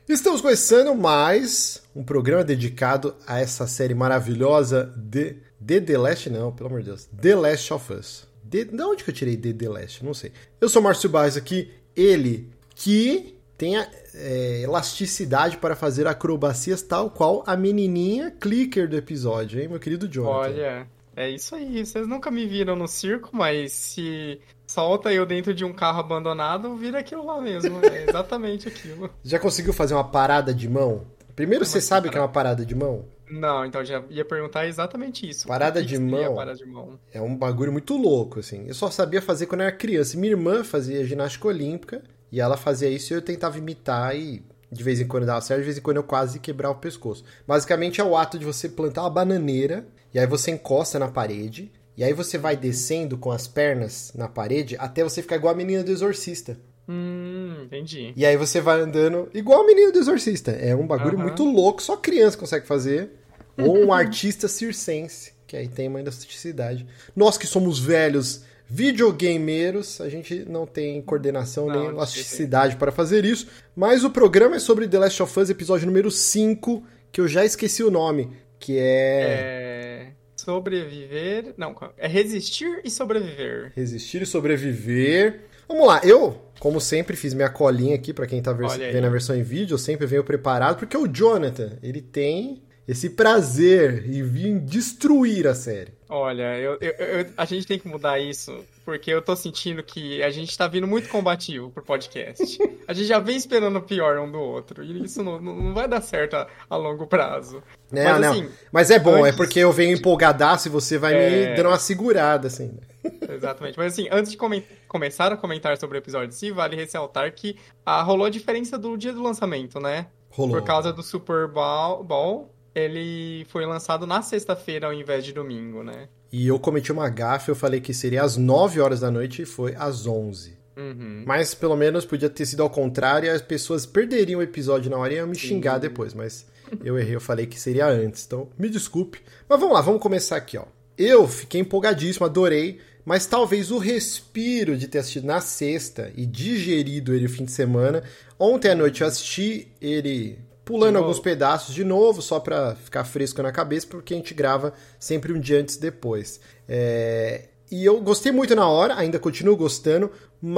Estamos começando mais um programa dedicado a essa série maravilhosa de The Last, não, pelo amor de Deus, The Last of Us. De onde que eu tirei The Last? Não sei. Eu sou o Márcio Barros aqui, ele que tem a elasticidade para fazer acrobacias tal qual a menininha clicker do episódio, hein, meu querido Jonathan? Olha, é isso aí. Vocês nunca me viram no circo, mas se solta eu dentro de um carro abandonado, vira aquilo lá mesmo. É exatamente aquilo. Já conseguiu fazer uma parada de mão? Primeiro, Como você assim, sabe o que é uma cara? parada de mão? Não, então já ia perguntar exatamente isso. O Parada que de que seria a mão parada de mão? é um bagulho muito louco, assim. Eu só sabia fazer quando eu era criança. Minha irmã fazia ginástica olímpica e ela fazia isso e eu tentava imitar e de vez em quando dava certo, de vez em quando eu quase quebrava o pescoço. Basicamente é o ato de você plantar uma bananeira e aí você encosta na parede e aí você vai descendo com as pernas na parede até você ficar igual a menina do Exorcista. Entendi. E aí você vai andando igual a menina do Exorcista. É um bagulho muito Aham. louco, só criança consegue fazer. Ou um artista circense, que aí tem uma elasticidade. Nós que somos velhos videogameiros, a gente não tem coordenação nem Não, de jeito nenhum. elasticidade para fazer isso. Mas o programa é sobre The Last of Us, episódio número 5, que eu já esqueci o nome, que é É. Sobreviver. Não, é resistir e sobreviver. Resistir e Sobreviver. Vamos lá, eu, como sempre, fiz minha colinha aqui para quem tá Olha vendo a aí. versão em vídeo, eu sempre venho preparado, porque o Jonathan, ele tem esse prazer em vir destruir a série. Olha, a gente tem que mudar isso, porque eu tô sentindo que a gente tá vindo muito combativo pro podcast. A gente já vem esperando o pior um do outro, e isso não vai dar certo a longo prazo. Não, Mas não. assim, Mas é bom, é porque antes. eu venho empolgadaço e você vai me dando uma É, segurada, assim. exatamente. Mas assim, antes de começar a comentar sobre o episódio em si, vale ressaltar que rolou a diferença do dia do lançamento, né? Por Rolou. causa do Super Bowl, ele foi lançado na sexta-feira ao invés de domingo, né? E eu cometi uma gafe, eu falei que seria às 9 horas da noite e foi às 11. Uhum. Mas pelo menos podia ter sido ao contrário e as pessoas perderiam o episódio na hora e iam me xingar depois. Sim. Mas eu errei, eu falei que seria antes. Então, me desculpe. Mas vamos lá, vamos começar aqui, ó. Eu fiquei empolgadíssimo, adorei. Mas talvez o respiro de ter assistido na sexta e digerido ele o fim de semana. Ontem à noite eu assisti ele De pulando alguns novo? pedaços de novo, só pra ficar fresco na cabeça, porque a gente grava sempre um dia antes e depois. E eu gostei muito na hora, ainda continuo gostando,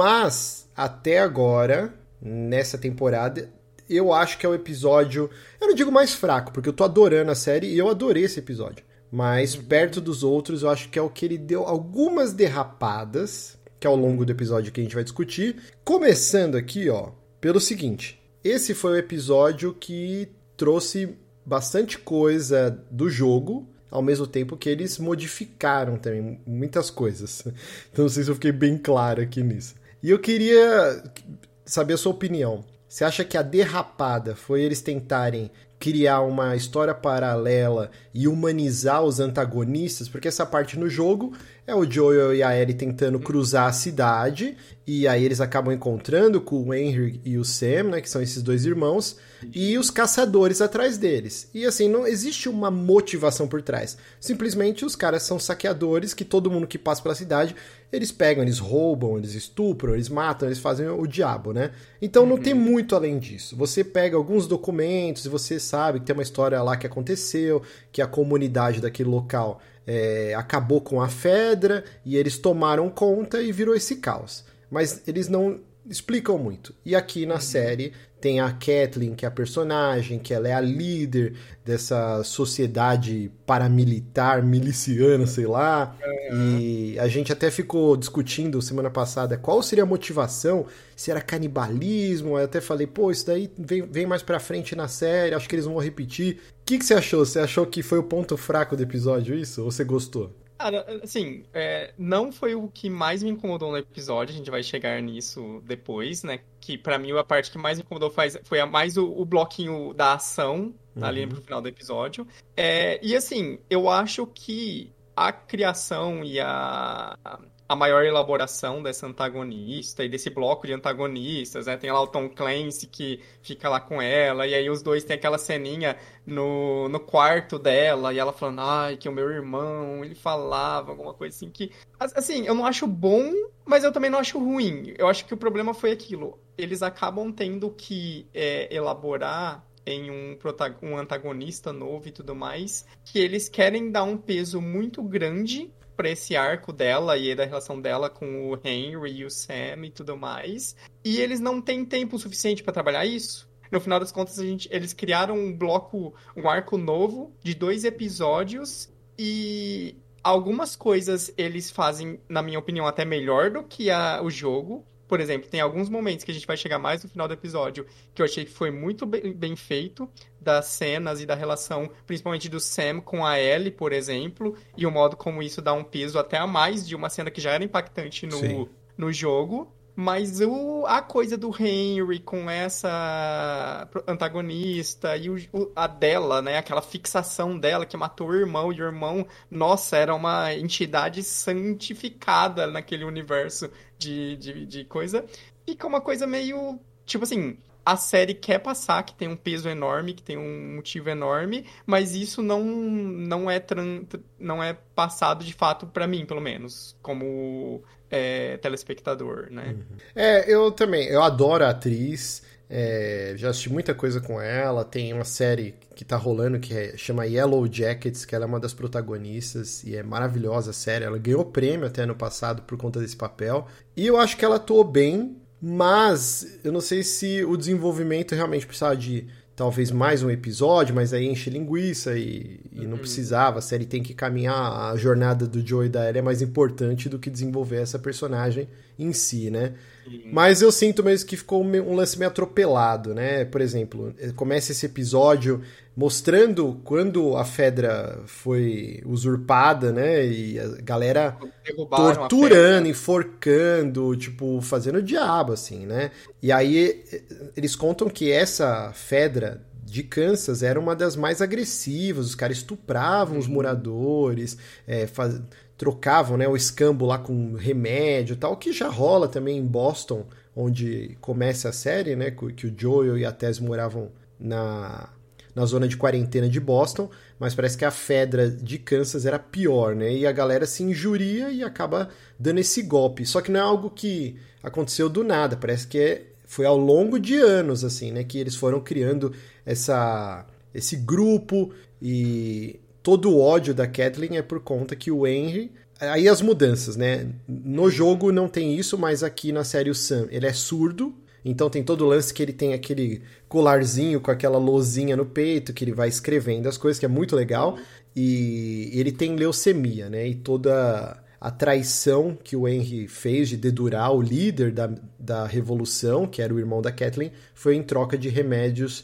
mas até agora, nessa temporada, eu acho que é o episódio. Eu não digo mais fraco, porque eu tô adorando a série e eu adorei esse episódio. Mas perto Uhum. dos outros, eu acho que é o que ele deu algumas derrapadas, que é ao longo do episódio que a gente vai discutir. Começando aqui, ó, pelo seguinte: esse foi o episódio que trouxe bastante coisa do jogo, ao mesmo tempo que eles modificaram também muitas coisas. Então não sei se eu fiquei bem claro aqui nisso. E eu queria saber a sua opinião. Você acha que a derrapada foi eles tentarem criar uma história paralela e humanizar os antagonistas? Porque essa parte no jogo é o Joel e a Ellie tentando cruzar a cidade e aí eles acabam encontrando com o Henry e o Sam, né, que são esses dois irmãos, e os caçadores atrás deles. E assim, não existe uma motivação por trás. Simplesmente os caras são saqueadores que todo mundo que passa pela cidade, eles pegam, eles roubam, eles estupram, eles matam, eles fazem o diabo, né? Então não tem Uhum. muito além disso. Você pega alguns documentos e você sabe que tem uma história lá que aconteceu, que a comunidade daquele local acabou com a Fedra e eles tomaram conta e virou esse caos. Mas eles não explicam muito. E aqui na Uhum. série tem a Kathleen, que é a personagem, que ela é a líder dessa sociedade paramilitar, miliciana, sei lá. Aham. E a gente até ficou discutindo semana passada qual seria a motivação, se era canibalismo. Eu até falei, pô, isso daí vem mais pra frente na série, acho que eles vão repetir. O que você achou? Você achou que foi o ponto fraco do episódio isso? Ou você gostou? Cara, assim, não foi o que mais me incomodou no episódio, a gente vai chegar nisso depois, né? Que pra mim a parte que mais me incomodou foi mais o bloquinho da ação ali pro Uhum. final do episódio. E assim, eu acho que a criação e a maior elaboração dessa antagonista e desse bloco de antagonistas, né? Tem lá o Tom Clancy que fica lá com ela, e aí os dois têm aquela ceninha no quarto dela, e ela falando, ai, que o meu irmão, ele falava alguma coisa assim que... Assim, eu não acho bom, mas eu também não acho ruim. Eu acho que o problema foi aquilo. Eles acabam tendo que elaborar em um antagonista novo e tudo mais, que eles querem dar um peso muito grande pra esse arco dela e da relação dela com o Henry e o Sam e tudo mais, e eles não têm tempo suficiente pra trabalhar isso. No final das contas, eles criaram um arco novo de 2 episódios e algumas coisas eles fazem, na minha opinião, até melhor do que o jogo. Por exemplo, tem alguns momentos que a gente vai chegar mais no final do episódio que eu achei que foi muito bem feito, das cenas e da relação, principalmente do Sam com a Ellie, por exemplo, e o modo como isso dá um peso até a mais de uma cena que já era impactante no jogo. Mas a coisa do Henry com essa antagonista e a dela, né? Aquela fixação dela que matou o irmão, e o irmão, nossa, era uma entidade santificada naquele universo de coisa. Fica uma coisa meio, tipo assim, a série quer passar que tem um peso enorme, que tem um motivo enorme, mas isso não é passado de fato pra mim, pelo menos, como telespectador, né? Eu também, eu adoro a atriz, já assisti muita coisa com ela, tem uma série que tá rolando que chama Yellow Jackets, que ela é uma das protagonistas, e é maravilhosa a série, ela ganhou prêmio até ano passado por conta desse papel, e eu acho que ela atuou bem, mas eu não sei se o desenvolvimento realmente precisava de talvez mais um episódio, mas aí enche linguiça e não precisava. A série tem que caminhar, a jornada do Joe e da Ellie é mais importante do que desenvolver essa personagem em si, né? Sim. Mas eu sinto mesmo que ficou um lance meio atropelado, né? Por exemplo, começa esse episódio mostrando quando a Fedra foi usurpada, né? E a galera torturando, enforcando, tipo, fazendo o diabo, assim, né? E aí eles contam que essa Fedra de Kansas era uma das mais agressivas, os caras estupravam os moradores, trocavam, né, o escambo lá com remédio e tal, que já rola também em Boston, onde começa a série, né, que o Joel e a Tess moravam na zona de quarentena de Boston, mas parece que a Fedra de Kansas era pior, né, e a galera se injuria e acaba dando esse golpe. Só que não é algo que aconteceu do nada, parece que foi ao longo de anos, assim, né, que eles foram criando esse grupo, e todo o ódio da Kathleen é por conta que o Henry... Aí as mudanças, né? No jogo não tem isso, mas aqui na série o Sam, ele é surdo, então tem todo o lance que ele tem aquele colarzinho com aquela lozinha no peito, que ele vai escrevendo as coisas, que é muito legal, e ele tem leucemia, né? E toda a traição que o Henry fez de dedurar o líder da revolução, que era o irmão da Kathleen, foi em troca de remédios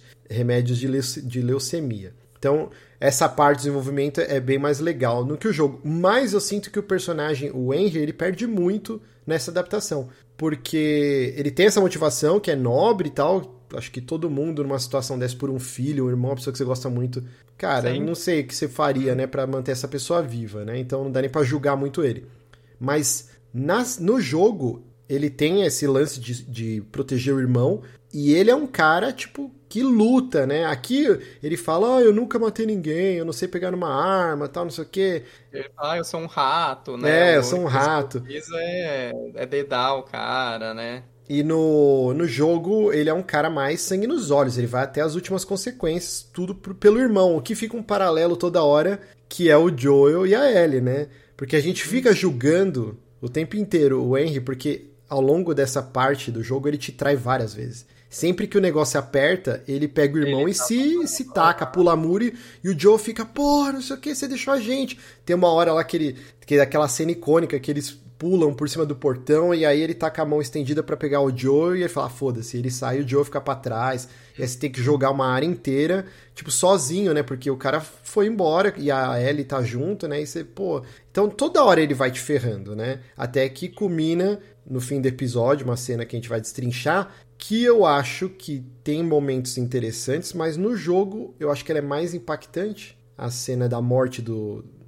de leucemia. Então, essa parte do desenvolvimento é bem mais legal no que o jogo. Mas eu sinto que o personagem, o Henry, ele perde muito nessa adaptação. Porque ele tem essa motivação, que é nobre e tal. Acho que todo mundo, numa situação dessa, por um filho, um irmão, uma pessoa que você gosta muito... Cara, eu não sei o que você faria, né, pra manter essa pessoa viva, né? Então não dá nem pra julgar muito ele. Mas no jogo, ele tem esse lance de proteger o irmão. E ele é um cara, tipo, que luta, né? Aqui ele fala, eu nunca matei ninguém, eu não sei pegar numa arma, tal, não sei o quê. Eu sou um rato, né? Eu sou um rato. Isso é dedar o cara, né? E no jogo, ele é um cara mais sangue nos olhos, ele vai até as últimas consequências, tudo pelo irmão, o que fica um paralelo toda hora, que é o Joel e a Ellie, né? Porque a gente fica julgando o tempo inteiro o Henry, porque ao longo dessa parte do jogo ele te trai várias vezes. Sempre que o negócio aperta, ele pega o irmão e se taca, pula muro, e o Joe fica, pô, não sei o que, você deixou a gente. Tem uma hora lá que é aquela cena icônica que eles pulam por cima do portão, e aí ele tá com a mão estendida pra pegar o Joe, e ele fala, foda-se, ele sai, o Joe fica pra trás, e aí você tem que jogar uma área inteira, tipo, sozinho, né, porque o cara foi embora, e a Ellie tá junto, né, e você, pô... Então toda hora ele vai te ferrando, né, até que culmina no fim do episódio, uma cena que a gente vai destrinchar, que eu acho que tem momentos interessantes, mas no jogo eu acho que ela é mais impactante, a cena da morte do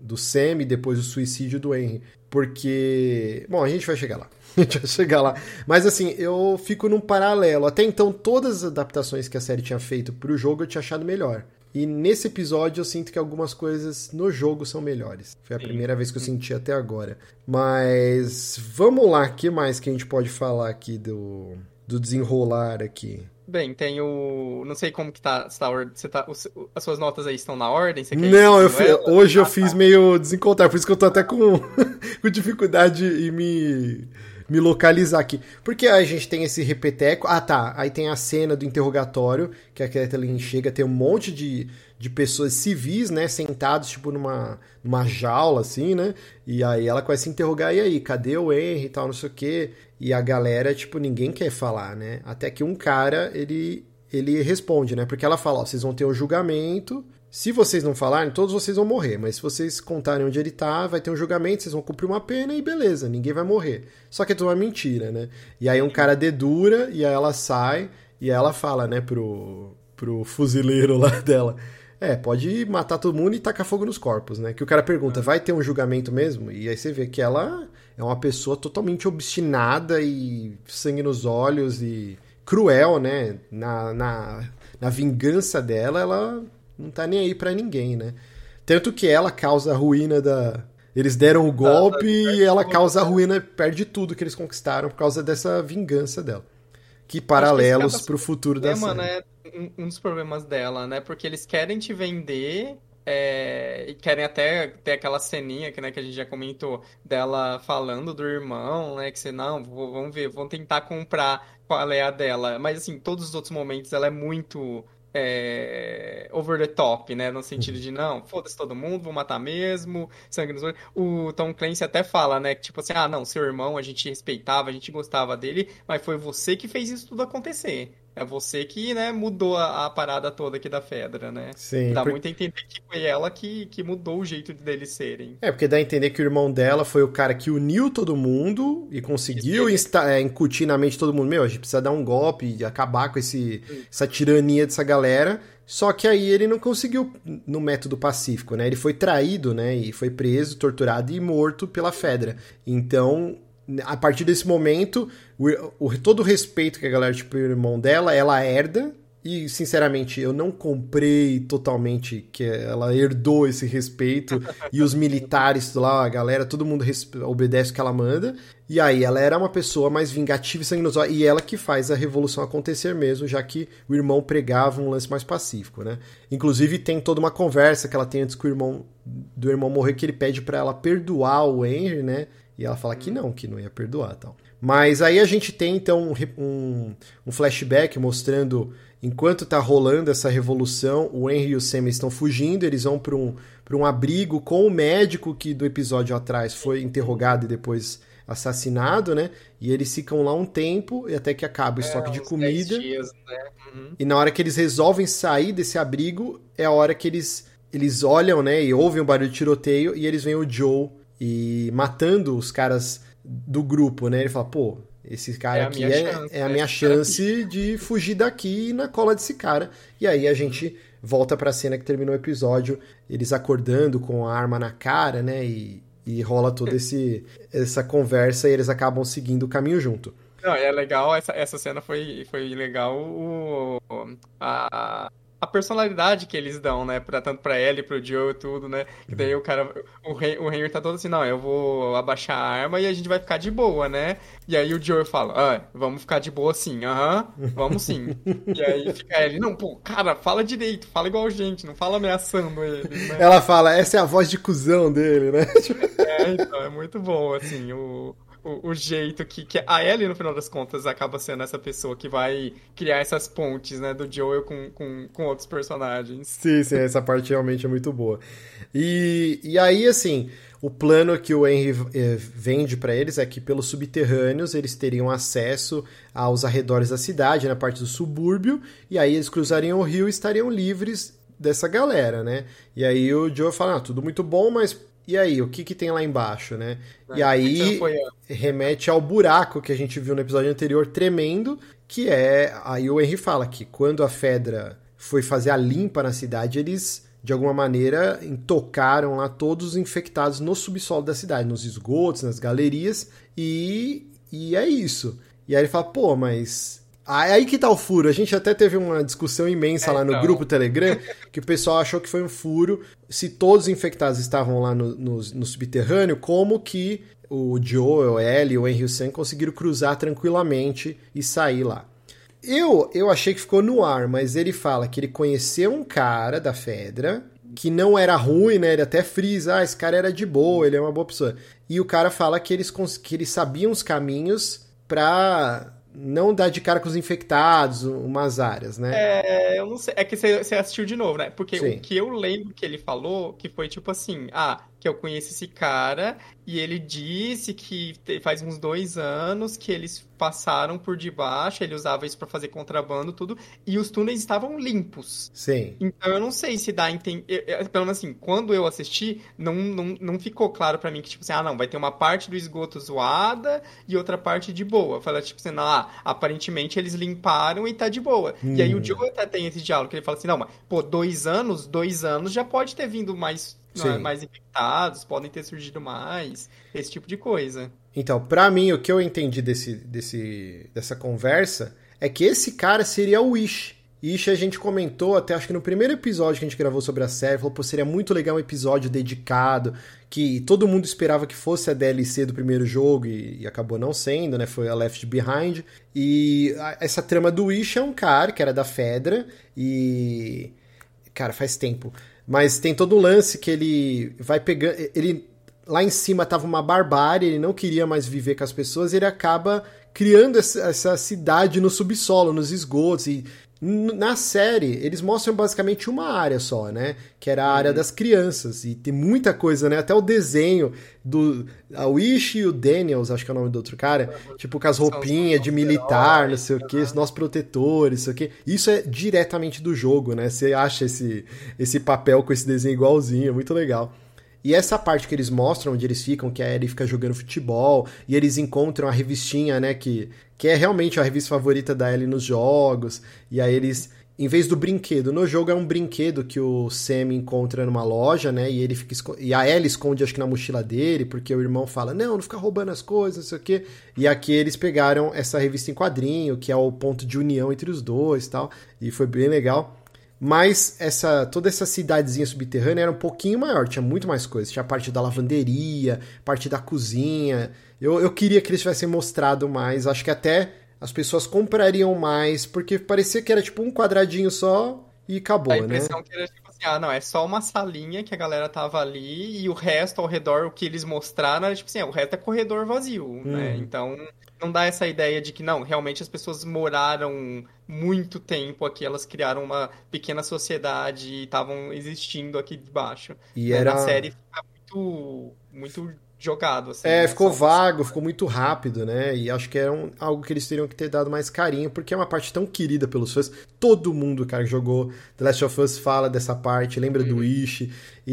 do Sam e depois o suicídio do Henry. Porque... Bom, a gente vai chegar lá. A gente vai chegar lá. Mas assim, eu fico num paralelo. Até então, todas as adaptações que a série tinha feito pro jogo eu tinha achado melhor. E nesse episódio eu sinto que algumas coisas no jogo são melhores. Foi a primeira vez que eu senti até agora. Mas vamos lá, o que mais que a gente pode falar aqui do desenrolar aqui? Bem, tem o... Não sei como que tá... As suas notas aí estão na ordem? Você quer Não, hoje eu tá. fiz meio desencontrar. Por isso que eu tô até com dificuldade em me localizar aqui. Porque a gente tem esse repeteco. Ah, tá. Aí tem a cena do interrogatório, que a Kathleen chega, tem um monte de pessoas civis, né, sentados, tipo, numa jaula, assim, né? E aí ela começa a se interrogar, e aí, cadê o Henry e tal, não sei o quê. E a galera, tipo, ninguém quer falar, né? Até que um cara, ele responde, né? Porque ela fala, ó, vocês vão ter um julgamento... Se vocês não falarem, todos vocês vão morrer. Mas se vocês contarem onde ele tá, vai ter um julgamento, vocês vão cumprir uma pena e beleza, ninguém vai morrer. Só que é tudo uma mentira, né? E aí um cara dedura, e aí ela sai, e aí ela fala, né, pro fuzileiro lá dela. Pode matar todo mundo e tacar fogo nos corpos, né? Que o cara pergunta, vai ter um julgamento mesmo? E aí você vê que ela é uma pessoa totalmente obstinada e sangue nos olhos e cruel, né? Na vingança dela, ela... não tá nem aí pra ninguém, né? Tanto que ela causa a ruína da... Eles deram o golpe e ela causa a ruína, perde tudo que eles conquistaram por causa dessa vingança dela. Que paralelos pro futuro da série. Né? Um dos problemas dela, né? Porque eles querem te vender... e querem até ter aquela ceninha que, né, que a gente já comentou dela falando do irmão, né? Que você, não, vamos ver, vamos tentar comprar qual é a dela. Mas, assim, todos os outros momentos ela é muito... over the top, né? No sentido de, não, foda-se todo mundo, vou matar mesmo, sangue nos olhos. O Tom Clancy até fala, né? Que tipo assim, não, seu irmão, a gente respeitava, a gente gostava dele, mas foi você que fez isso tudo acontecer. É você que, né, mudou a parada toda aqui da Fedra, né? Sim, Dá muito a entender que foi ela que mudou o jeito deles serem. Porque dá a entender que o irmão dela foi o cara que uniu todo mundo e conseguiu incutir na mente todo mundo. Meu, a gente precisa dar um golpe e acabar com essa tirania dessa galera. Só que aí ele não conseguiu no método pacífico, né? Ele foi traído, né? E foi preso, torturado e morto pela Fedra. Então... a partir desse momento, todo o respeito que a galera tinha pro irmão dela, ela herda. E, sinceramente, eu não comprei totalmente que ela herdou esse respeito. E os militares lá, a galera, todo mundo obedece o que ela manda. E aí, ela era uma pessoa mais vingativa e sanguinosa. E ela que faz a revolução acontecer mesmo, já que o irmão pregava um lance mais pacífico, né? Inclusive, tem toda uma conversa que ela tem antes que do irmão morrer, que ele pede pra ela perdoar o Henry, né? E ela fala que não ia perdoar e tal. Mas aí a gente tem, então, um flashback mostrando, enquanto tá rolando essa revolução, o Henry e o Sam estão fugindo, eles vão para um abrigo com o médico que do episódio atrás foi interrogado e depois assassinado, né? E eles ficam lá um tempo, e até que acaba o estoque de comida. 10 dias, né? Uhum. E na hora que eles resolvem sair desse abrigo, é a hora que eles olham, né? E ouvem o barulho de tiroteio, e eles veem o Joe... e matando os caras do grupo, né? Ele fala, pô, esse cara aqui é a minha chance de fugir daqui na cola desse cara. E aí a gente volta pra cena que terminou o episódio, eles acordando com a arma na cara, né? E rola toda essa conversa e eles acabam seguindo o caminho junto. Não, é legal, essa cena foi legal, a personalidade que eles dão, né? Tanto pra ela e pro Joe e tudo, né? Que daí o Henry tá todo assim, não, eu vou abaixar a arma e a gente vai ficar de boa, né? E aí o Joe fala, vamos ficar de boa sim, vamos sim. E aí fica ele, não, pô, cara, fala direito, fala igual gente, não fala ameaçando ele, né? Ela fala, essa é a voz de cuzão dele, né? Então, é muito bom, assim, o jeito que a Ellie, no final das contas, acaba sendo essa pessoa que vai criar essas pontes, né, do Joel com outros personagens. Sim, essa parte realmente é muito boa. E aí, assim, o plano que o Henry vende pra eles é que pelos subterrâneos eles teriam acesso aos arredores da cidade, na parte do subúrbio, e aí eles cruzariam o rio e estariam livres dessa galera, né? E aí o Joel fala, tudo muito bom, mas... e aí, o que tem lá embaixo, né? E aí remete ao buraco que a gente viu no episódio anterior, tremendo, que é... aí o Henry fala que quando a Fedra foi fazer a limpa na cidade, eles de alguma maneira, intocaram lá todos os infectados no subsolo da cidade, nos esgotos, nas galerias, e é isso. E aí ele fala, pô, mas... Aí que tá o furo. A gente até teve uma discussão imensa lá no grupo Telegram, que o pessoal achou que foi um furo. Se todos os infectados estavam lá no subterrâneo, como que o Joe, o Ellie, o Henry e o Sam conseguiram cruzar tranquilamente e sair lá? Eu achei que ficou no ar, mas ele fala que ele conheceu um cara da Fedra, que não era ruim, né? Ele até frisa, esse cara era de boa, ele é uma boa pessoa. E o cara fala que eles sabiam os caminhos pra... não dar de cara com os infectados, umas áreas, né? Eu não sei. É que você assistiu de novo, né? Porque Sim. o que eu lembro que ele falou, que foi tipo assim, que eu conheço esse cara, e ele disse que faz uns 2 anos que eles passaram por debaixo, ele usava isso pra fazer contrabando, tudo, e os túneis estavam limpos. Sim. Então eu não sei se dá a entender. Pelo menos assim, quando eu assisti, não ficou claro pra mim que, tipo assim, não, vai ter uma parte do esgoto zoada e outra parte de boa. Fala, tipo assim, aparentemente eles limparam e tá de boa. E aí o Joe até tem esse diálogo, que ele fala assim, não, mas, pô, 2 anos já pode ter vindo mais infectados, podem ter surgido mais, esse tipo de coisa. Então, pra mim, o que eu entendi dessa conversa é que esse cara seria o Ish. Ish a gente comentou até, acho que no primeiro episódio que a gente gravou sobre a série, falou, pô, seria muito legal um episódio dedicado, que todo mundo esperava que fosse a DLC do primeiro jogo e acabou não sendo, né? Foi a Left Behind. E essa trama do Ish é um cara que era da Fedra e... Cara, faz tempo. Mas tem todo o lance que ele vai pegando... Lá em cima tava uma barbárie, ele não queria mais viver com as pessoas, ele acaba criando essa cidade no subsolo, nos esgotos. E na série, eles mostram basicamente uma área só, né? Que era a área das crianças. E tem muita coisa, né? Até o desenho do... A Wish e o Daniels, acho que é o nome do outro cara. Tipo, com as roupinhas de militar, não sei o que, os nossos protetores, não sei o que. Isso é diretamente do jogo, né? Você acha esse papel com esse desenho igualzinho, é muito legal. E essa parte que eles mostram, onde eles ficam, que a Ellie fica jogando futebol, e eles encontram a revistinha, né, que é realmente a revista favorita da Ellie nos jogos, e aí eles, em vez do brinquedo, no jogo é um brinquedo que o Sam encontra numa loja, né, e ele e a Ellie esconde, acho que na mochila dele, porque o irmão fala, não fica roubando as coisas, não sei o quê, e aqui eles pegaram essa revista em quadrinho, que é o ponto de união entre os dois e tal, e foi bem legal. Mas toda essa cidadezinha subterrânea era um pouquinho maior, tinha muito mais coisas. Tinha a parte da lavanderia, parte da cozinha. Eu queria que eles tivessem mostrado mais. Acho que até as pessoas comprariam mais, porque parecia que era tipo um quadradinho só e acabou, né? A impressão que era tipo assim, não, é só uma salinha que a galera tava ali e o resto ao redor, o que eles mostraram, era tipo assim, o resto é corredor vazio, né? Então não dá essa ideia de que, não, realmente as pessoas moraram muito tempo aqui, elas criaram uma pequena sociedade e estavam existindo aqui debaixo. E Né? era... Na série fica muito jogado, assim, né? Ficou vago, ficou muito rápido, né? E acho que era algo que eles teriam que ter dado mais carinho, porque é uma parte tão querida pelos fãs. Todo mundo, cara, que jogou The Last of Us fala dessa parte, lembra do Ishi.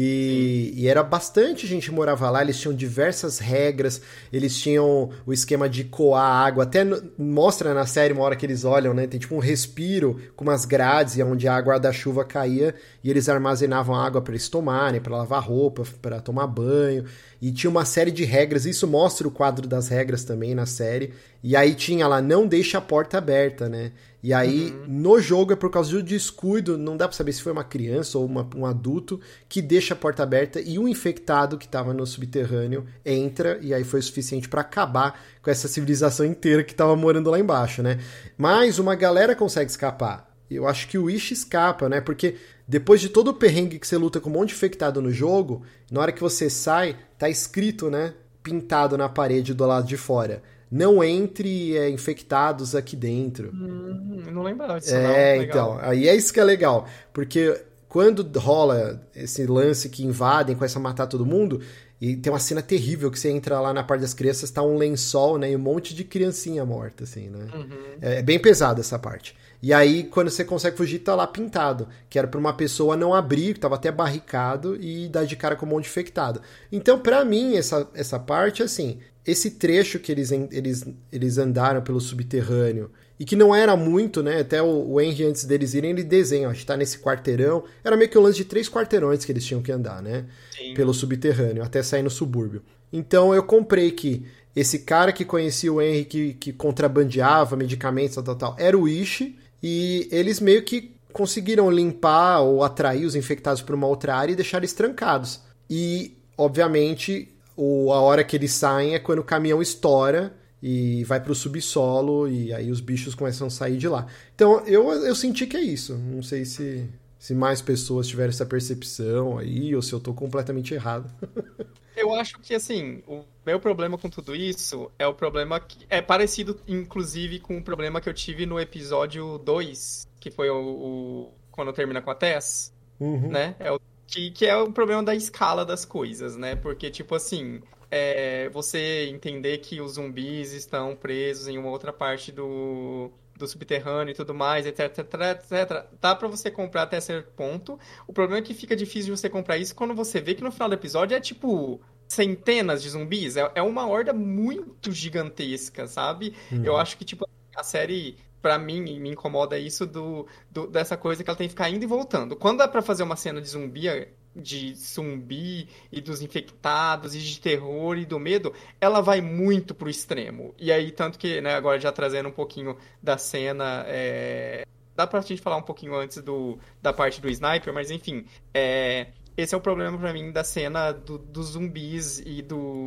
E era bastante gente que morava lá, eles tinham diversas regras, eles tinham o esquema de coar água, até mostra na série uma hora que eles olham, né? Tem tipo um respiro com umas grades onde a água da chuva caía e eles armazenavam água para eles tomarem, para lavar roupa, para tomar banho. E tinha uma série de regras, isso mostra o quadro das regras também na série. E aí tinha lá, não deixa a porta aberta, né? E aí, no jogo, é por causa do descuido, não dá pra saber se foi uma criança ou um adulto, que deixa a porta aberta e um infectado que tava no subterrâneo entra, e aí foi o suficiente pra acabar com essa civilização inteira que tava morando lá embaixo, né? Mas uma galera consegue escapar. Eu acho que o Ish escapa, né? Porque depois de todo o perrengue que você luta com um monte de infectado no jogo, na hora que você sai, tá escrito, né? Pintado na parede do lado de fora. Não entre infectados aqui dentro. Não lembrava disso, não. Legal. Então, aí é isso que é legal. Porque quando rola esse lance que invadem, começam a matar todo mundo, e tem uma cena terrível que você entra lá na parte das crianças, tá um lençol, né? E um monte de criancinha morta, assim, né? É bem pesada essa parte. E aí, quando você consegue fugir, tá lá pintado. Que era pra uma pessoa não abrir, que tava até barricado, e dar de cara com um monte de infectado. Então, pra mim, essa parte, assim... Esse trecho que eles andaram pelo subterrâneo e que não era muito, né? Até o Henry, antes deles irem, ele desenha, a gente tá nesse quarteirão. Era meio que um lance de 3 quarteirões que eles tinham que andar, né? Sim. Pelo subterrâneo, até sair no subúrbio. Então eu comprei que esse cara que conhecia o Henry, que contrabandeava medicamentos, tal, era o Ishi, e eles meio que conseguiram limpar ou atrair os infectados para uma outra área e deixar eles trancados. E, obviamente, a hora que eles saem é quando o caminhão estoura e vai pro subsolo e aí os bichos começam a sair de lá. Então, eu senti que é isso. Não sei se mais pessoas tiveram essa percepção aí ou se eu tô completamente errado. Eu acho que, assim, o meu problema com tudo isso é o problema que é parecido, inclusive, com o problema que eu tive no episódio 2, que foi quando termina com a Tess, Uhum. né? Que é o problema da escala das coisas, né? Porque, tipo assim, você entender que os zumbis estão presos em uma outra parte do subterrâneo e tudo mais, etc, etc, etc. Dá pra você comprar até certo ponto. O problema é que fica difícil de você comprar isso quando você vê que no final do episódio é, tipo, centenas de zumbis. É uma horda muito gigantesca, sabe? Eu Uhum. acho que, tipo, a série... Pra mim, me incomoda isso dessa coisa que ela tem que ficar indo e voltando. Quando é pra fazer uma cena de zumbi e dos infectados e de terror e do medo, ela vai muito pro extremo. E aí, tanto que, né, agora já trazendo um pouquinho da cena, dá pra gente falar um pouquinho antes da parte do sniper, mas enfim, esse é o problema pra mim da cena dos zumbis e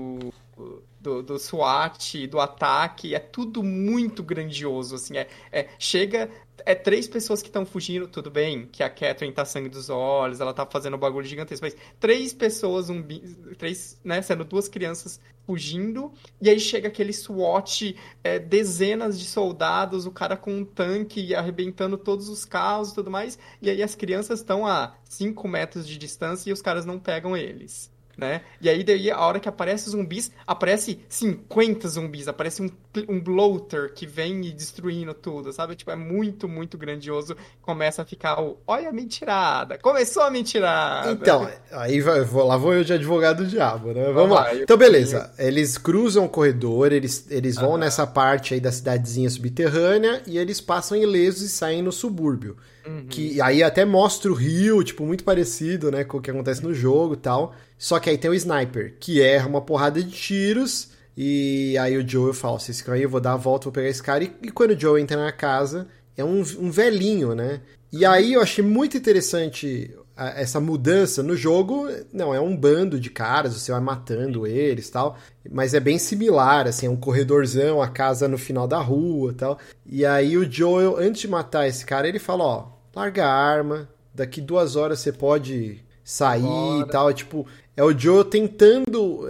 do SWAT, do ataque, é tudo muito grandioso, assim, chega, 3 pessoas que estão fugindo, tudo bem, que a Catherine tá sangue dos olhos, ela tá fazendo um bagulho gigantesco, mas 3 pessoas zumbis, né, sendo 2 crianças fugindo, e aí chega aquele SWAT, dezenas de soldados, o cara com um tanque arrebentando todos os carros e tudo mais, e aí as crianças estão a 5 metros de distância e os caras não pegam eles. Né? E aí, daí, a hora que aparece os zumbis, aparece 50 zumbis, aparece um bloater que vem e destruindo tudo, sabe? Tipo, é muito, muito grandioso. Começa a ficar olha a mentirada, começou a mentirada. Então, aí lá vou eu de advogado do diabo, né? Lá Vamos lá. vai, Então, pouquinho. beleza. Eles cruzam o corredor, eles vão nessa Aham. parte aí da cidadezinha subterrânea e eles passam ilesos e saem no subúrbio. Uhum. Que aí até mostra o rio, tipo, muito parecido, né, com o que acontece no jogo e tal. Só que aí tem o sniper, que erra uma porrada de tiros. E aí o Joel fala: "Se esse cara aí eu vou dar a volta, vou pegar esse cara." E quando o Joel entra na casa, é um velhinho, né? E aí eu achei muito interessante essa mudança no jogo. Não, é um bando de caras, você vai matando eles e tal. Mas é bem similar, assim, é um corredorzão, a casa no final da rua e tal. E aí o Joel, antes de matar esse cara, ele fala: "Ó, larga a arma, daqui 2 horas você pode sair e Embora. tal." Tipo, é o Joel tentando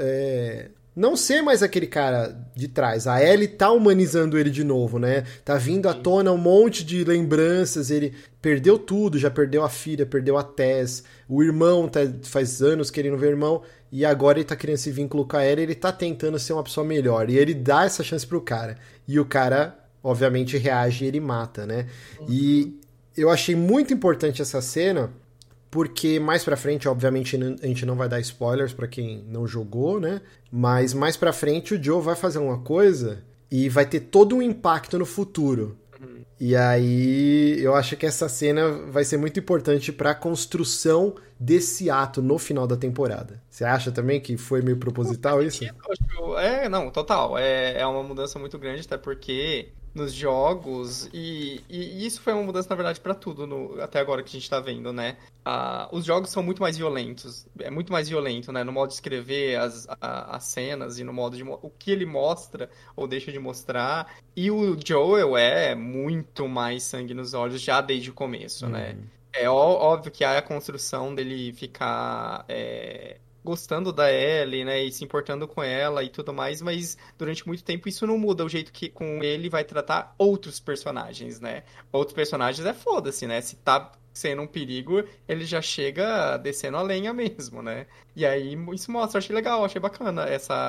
não ser mais aquele cara de trás. A Ellie tá humanizando ele de novo, né? Tá vindo à Sim. tona um monte de lembranças. Ele perdeu tudo, já perdeu a filha, perdeu a Tess. O irmão faz anos que ele não vê o irmão. E agora ele tá criando esse vínculo com a Ellie. Ele tá tentando ser uma pessoa melhor. E ele dá essa chance pro cara. E o cara, obviamente, reage e ele mata, né? Uhum. E eu achei muito importante essa cena porque mais pra frente, obviamente, a gente não vai dar spoilers pra quem não jogou, né? Mas mais pra frente o Joe vai fazer uma coisa e vai ter todo um impacto no futuro. Uhum. E aí eu acho que essa cena vai ser muito importante pra construção desse ato no final da temporada. Você acha também que foi meio Faz proposital isso? sentido, acho. Não, total. É uma mudança muito grande, até porque nos jogos, e isso foi uma mudança, na verdade, pra tudo, até agora que a gente tá vendo, né? Os jogos são muito mais violentos. É muito mais violento, né? No modo de escrever as cenas e no modo de o que ele mostra ou deixa de mostrar. E o Joel é muito mais sangue nos olhos já desde o começo, né? Uhum. É óbvio que há a construção dele ficar gostando da Ellie, né, e se importando com ela e tudo mais, mas durante muito tempo isso não muda o jeito que com ele vai tratar outros personagens, né? Outros personagens foda-se, né? Se tá sendo um perigo, ele já chega descendo a lenha mesmo, né? E aí isso mostra, achei legal, achei bacana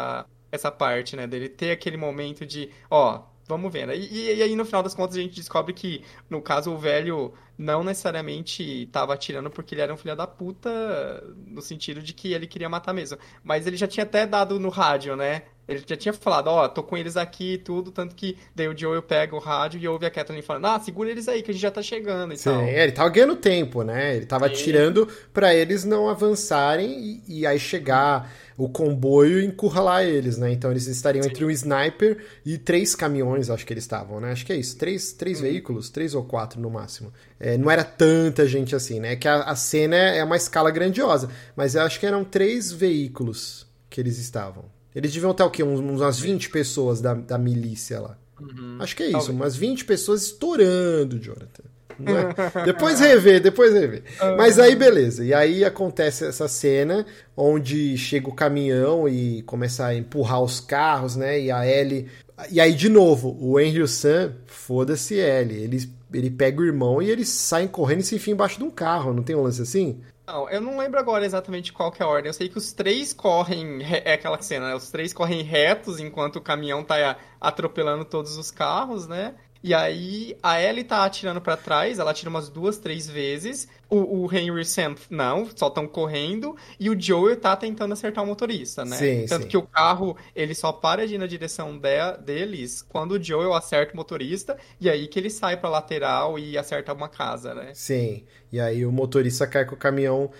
essa parte, né, dele ter aquele momento de, ó, vamos ver, né? E aí no final das contas a gente descobre que, no caso, o velho não necessariamente estava atirando porque ele era um filho da puta, no sentido de que ele queria matar mesmo. Mas ele já tinha até dado no rádio, né? Ele já tinha falado, ó, tô com eles aqui e tudo, tanto que daí o Joel pega o rádio e ouve a Kathleen falando, segura eles aí que a gente já tá chegando e Sim, tal. ele tava ganhando tempo, né? Ele tava Sim. tirando pra eles não avançarem e aí chegar o comboio e encurralar eles, né? Então eles estariam entre um sniper e 3 caminhões, acho que eles estavam, né? Acho que é isso, três veículos, 3 ou 4 no máximo. Não era tanta gente assim, né? Que a cena é uma escala grandiosa, mas eu acho que eram 3 veículos que eles estavam. Eles deviam estar o quê? Umas 20 pessoas da milícia lá. Uhum. Acho que é isso, Talvez. umas 20 pessoas estourando, Jonathan. Não é? Depois rever. Mas aí, beleza. E aí acontece essa cena onde chega o caminhão e começa a empurrar os carros, né? E a Ellie. E aí, de novo, o Henry e o Sam, foda-se Ellie. Ele pega o irmão e eles saem correndo e se enfiam embaixo de um carro. Não tem um lance assim? Não, eu não lembro agora exatamente qual que é a ordem. Eu sei que os três correm, é aquela cena, né? Os três correm retos enquanto o caminhão tá atropelando todos os carros, né? E aí a Ellie tá atirando pra trás, ela atira umas 2, 3 vezes. O Henry e o Sam não, só estão correndo. E o Joel tá tentando acertar o motorista, né? Sim, Tanto sim. que o carro, ele só para de ir na direção deles quando o Joel acerta o motorista. E aí que ele sai pra lateral e acerta uma casa, né? Sim. E aí o motorista cai com o caminhão,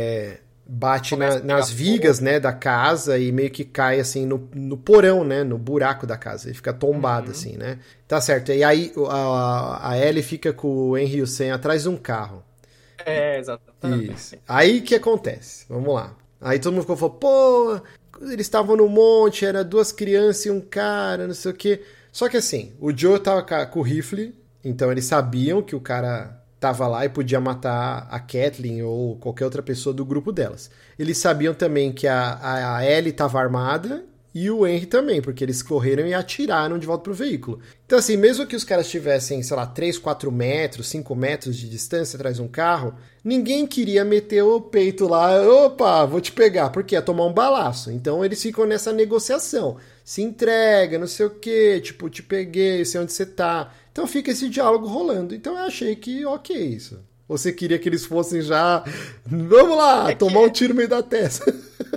bate Começa a pegar nas fogo. vigas, né, da casa e meio que cai assim no porão, né, no buraco da casa. Ele fica tombado Uhum. assim, né? Tá certo. E aí a Ellie fica com o Henry e o Sam atrás de um carro. É, Isso. exatamente. Aí o que acontece? Vamos lá. Aí todo mundo ficou falando, pô, eles estavam no monte, era 2 crianças e um cara, não sei o quê. Só que assim, o Joe tava com o rifle, então eles sabiam que o cara tava lá e podia matar a Kathleen ou qualquer outra pessoa do grupo delas. Eles sabiam também que a Ellie tava armada e o Henry também, porque eles correram e atiraram de volta pro veículo. Então, assim, mesmo que os caras tivessem, sei lá, 3, 4 metros, 5 metros de distância atrás de um carro, ninguém queria meter o peito lá, opa, vou te pegar, porque ia tomar um balaço. Então, eles ficam nessa negociação. Se entrega, não sei o quê, tipo, te peguei, sei onde você tá. Então, fica esse diálogo rolando. Então, eu achei que, ok, isso. Você queria que eles fossem já, vamos lá, É que tomar um tiro no meio da testa.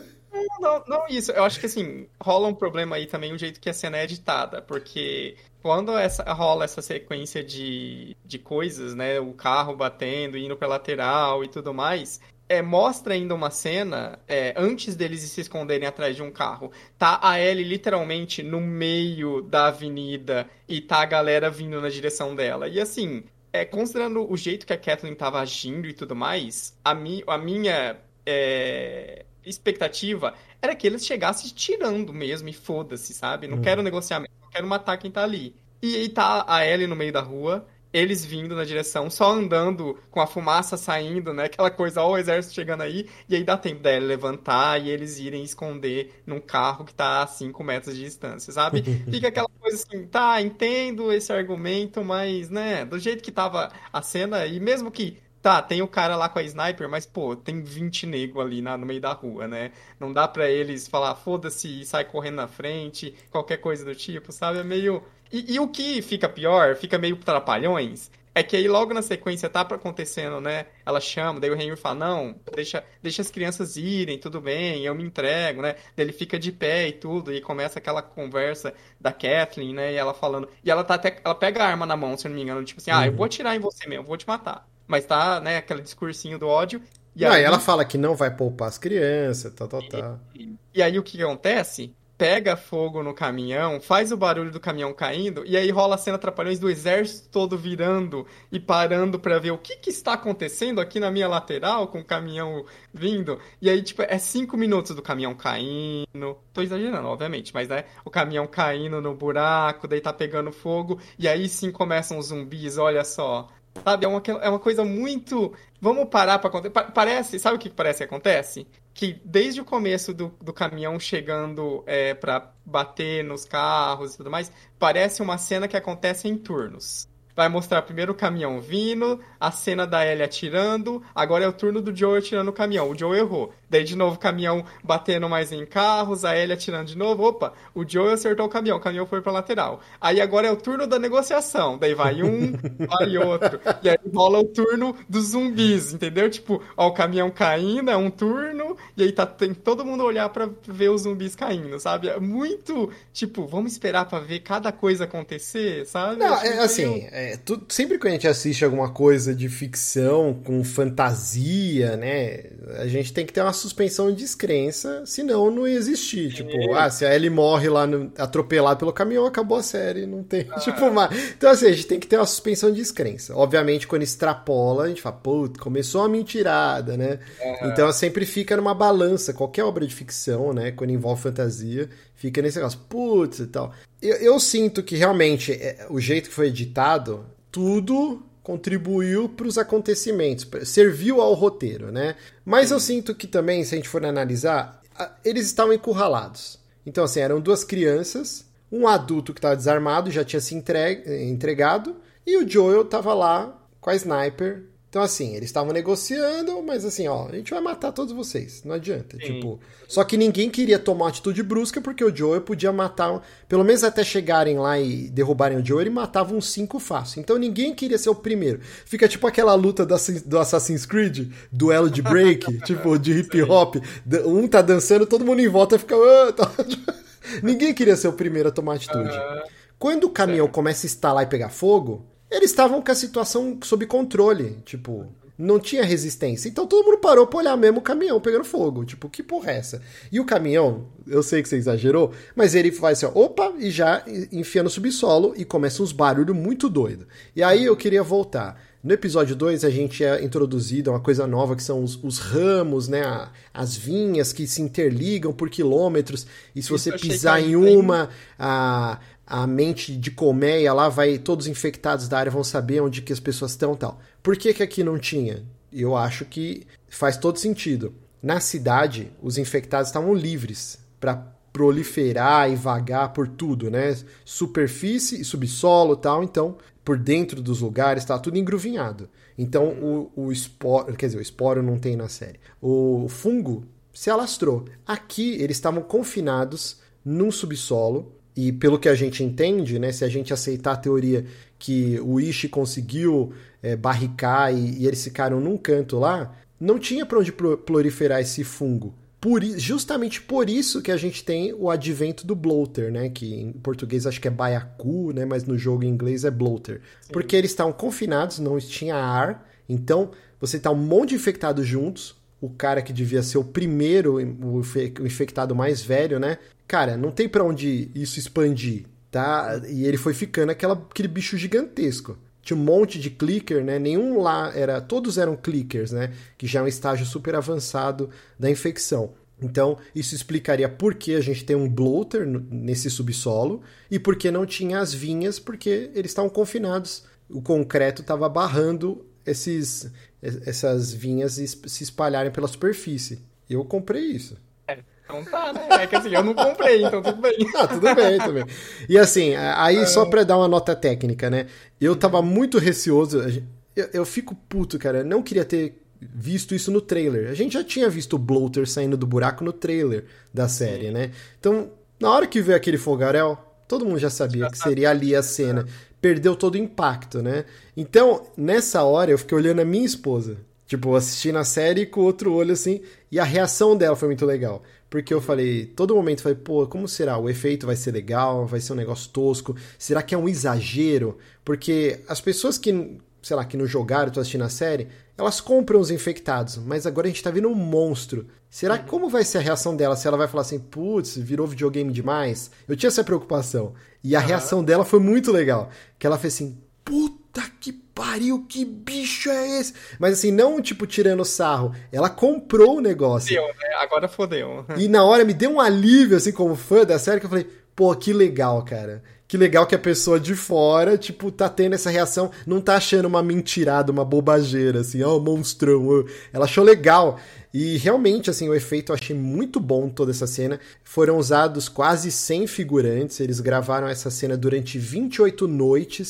não isso. Eu acho que assim, rola um problema aí também o jeito que a cena é editada, porque quando rola essa sequência de coisas, né? O carro batendo, indo pra lateral e tudo mais. Mostra ainda uma cena antes deles se esconderem atrás de um carro. Tá a Ellie literalmente no meio da avenida e tá a galera vindo na direção dela. E assim, considerando o jeito que a Kathleen tava agindo e tudo mais, a minha expectativa era que eles chegassem tirando mesmo e foda-se, sabe? Não quero Uhum. negociamento, não quero matar quem tá ali. E aí tá a Ellie no meio da rua, eles vindo na direção, só andando com a fumaça saindo, né? Aquela coisa, ó, o exército chegando aí, e aí dá tempo da Ellie levantar e eles irem esconder num carro que tá a 5 metros de distância, sabe? Fica aquela coisa assim, tá, entendo esse argumento, mas, né, do jeito que tava a cena, e mesmo que tá, tem o cara lá com a sniper, mas, pô, tem 20 nego ali no meio da rua, né? Não dá pra eles falar, foda-se, e sai correndo na frente, qualquer coisa do tipo, sabe? É meio. E o que fica pior, fica meio trapalhões, é que aí logo na sequência tá acontecendo, né? Ela chama, daí o Henry fala, não, deixa as crianças irem, tudo bem, eu me entrego, né? Daí ele fica de pé e tudo, e começa aquela conversa da Kathleen, né? E ela falando. E ela tá até. Ela pega a arma na mão, se eu não me engano, tipo assim, eu vou Uhum. atirar em você mesmo, eu vou te matar. Mas tá, né, aquele discursinho do ódio. E Não, e ela aí, fala que não vai poupar as crianças, tal, tal, tal. e aí o que acontece? Pega fogo no caminhão, faz o barulho do caminhão caindo, e aí rola a cena Trapalhões do exército todo virando e parando pra ver o que está acontecendo aqui na minha lateral com o caminhão vindo. E aí, tipo, 5 minutos do caminhão caindo. Tô exagerando, obviamente, mas né, o caminhão caindo no buraco, daí tá pegando fogo, e aí sim começam os zumbis, olha só. Sabe, é uma coisa muito. Vamos parar pra acontecer. Parece, sabe o que parece que acontece? Que desde o começo do caminhão chegando pra bater nos carros e tudo mais, parece uma cena que acontece em turnos. vai mostrar primeiro o caminhão vindo, a cena da Ellie atirando, agora é o turno do Joel atirando o caminhão. O Joel errou. Daí de novo o caminhão batendo mais em carros, a Ellie atirando de novo. Opa, o Joel acertou o caminhão foi pra lateral. Aí agora é o turno da negociação. Daí vai um, vai outro. E aí rola o turno dos zumbis, entendeu? Tipo, ó, o caminhão caindo, é um turno, e aí tem todo mundo olhar pra ver os zumbis caindo, sabe? É muito, tipo, vamos esperar pra ver cada coisa acontecer, sabe? Não, assim, sempre que a gente assiste alguma coisa de ficção com fantasia, né, a gente tem que ter uma suspensão de descrença, senão não ia existir. Tipo, se a Ellie morre lá atropelada pelo caminhão, acabou a série, não tem, tipo, Então, assim, a gente tem que ter uma suspensão de descrença. Obviamente, quando extrapola, a gente fala, pô, começou a mentirada, né? Então, sempre fica numa balança, qualquer obra de ficção, né, quando envolve fantasia, fica nesse negócio, putz e tal. Eu sinto que realmente o jeito que foi editado, tudo contribuiu para os acontecimentos, serviu ao roteiro, né? Mas eu sinto que também, se a gente for analisar, eles estavam encurralados. Então, assim, eram duas crianças, um adulto que estava desarmado, já tinha se entregado, e o Joel estava lá com a sniper. Então, assim, eles estavam negociando, mas assim, ó, a gente vai matar todos vocês, não adianta. Sim. Tipo, só que ninguém queria tomar uma atitude brusca, porque o Joel podia matar, pelo menos até chegarem lá e derrubarem o Joel, ele matava uns 5 fácil. Então ninguém queria ser o primeiro. Fica tipo aquela luta do Assassin's Creed, duelo de break, tipo, de hip hop. Um tá dançando, todo mundo em volta fica... Ninguém queria ser o primeiro a tomar atitude. Quando o caminhão começa a estalar e pegar fogo, eles estavam com a situação sob controle, tipo, não tinha resistência. Então todo mundo parou pra olhar mesmo o caminhão pegando fogo, tipo, que porra é essa? E o caminhão, eu sei que você exagerou, mas ele faz assim, ó, opa, e já enfia no subsolo e começa uns barulhos muito doidos. E aí eu queria voltar. No episódio 2 a gente é introduzido a uma coisa nova que são os ramos, né, as vinhas que se interligam por quilômetros, e se você pisar em uma... A mente de colmeia lá, todos os infectados da área vão saber onde que as pessoas estão e tal. Por que aqui não tinha? Eu acho que faz todo sentido. Na cidade, os infectados estavam livres para proliferar e vagar por tudo, né? Superfície e subsolo e tal, então, por dentro dos lugares, tá tudo engruvinhado. Então, o esporo, quer dizer, o esporo não tem na série. O fungo se alastrou. Aqui, eles estavam confinados num subsolo. E pelo que a gente entende, né, se a gente aceitar a teoria que o Ishi conseguiu barricar e eles ficaram num canto lá, não tinha para onde proliferar esse fungo. Justamente por isso que a gente tem o advento do bloater, né, que em português acho que é baiacu, né, mas no jogo em inglês é bloater. Sim. Porque eles estavam confinados, não tinha ar, então você tá um monte de infectados juntos, o cara que devia ser o primeiro, o infectado mais velho, né? Cara, não tem pra onde isso expandir, tá? E ele foi ficando aquele bicho gigantesco. Tinha um monte de clicker, né? Nenhum lá todos eram clickers, né? Que já é um estágio super avançado da infecção. Então, isso explicaria por que a gente tem um bloater nesse subsolo e por que não tinha as vinhas, porque eles estavam confinados. O concreto estava barrando essas vinhas se espalharem pela superfície. Eu comprei isso. Então tá, né? É que assim, eu não comprei, então tudo bem. Tudo bem também. E assim, aí só pra dar uma nota técnica, né? Eu tava muito receoso, eu fico puto, cara, não queria ter visto isso no trailer. A gente já tinha visto o bloater saindo do buraco no trailer da série, né? Então, na hora que veio aquele fogaréu, todo mundo já sabia que seria ali a cena. Perdeu todo o impacto, né? Então, nessa hora, eu fiquei olhando a minha esposa. Tipo, assistindo a série com outro olho, assim, e a reação dela foi muito legal. Porque eu falei, todo momento, falei, pô, como será? O efeito vai ser legal? Vai ser um negócio tosco? Será que é um exagero? Porque as pessoas que, sei lá, que não jogaram, estão assistindo a série, elas compram os infectados, mas agora a gente tá vendo um monstro. Será que como vai ser a reação dela? Se ela vai falar assim, putz, virou videogame demais? Eu tinha essa preocupação. E a reação dela foi muito legal. Que ela fez assim, puta que pariu, que bicho é esse? Mas assim, não tipo tirando sarro. Ela comprou o negócio. Fodeu, né? Agora fodeu. E na hora me deu um alívio, assim, como fã da série, que eu falei, pô, que legal, cara. Que legal que a pessoa de fora, tipo, tá tendo essa reação, não tá achando uma mentirada, uma bobageira, assim, ó, monstrão. Ela achou legal. E realmente, assim, o efeito eu achei muito bom toda essa cena. Foram usados quase 100 figurantes, eles gravaram essa cena durante 28 noites.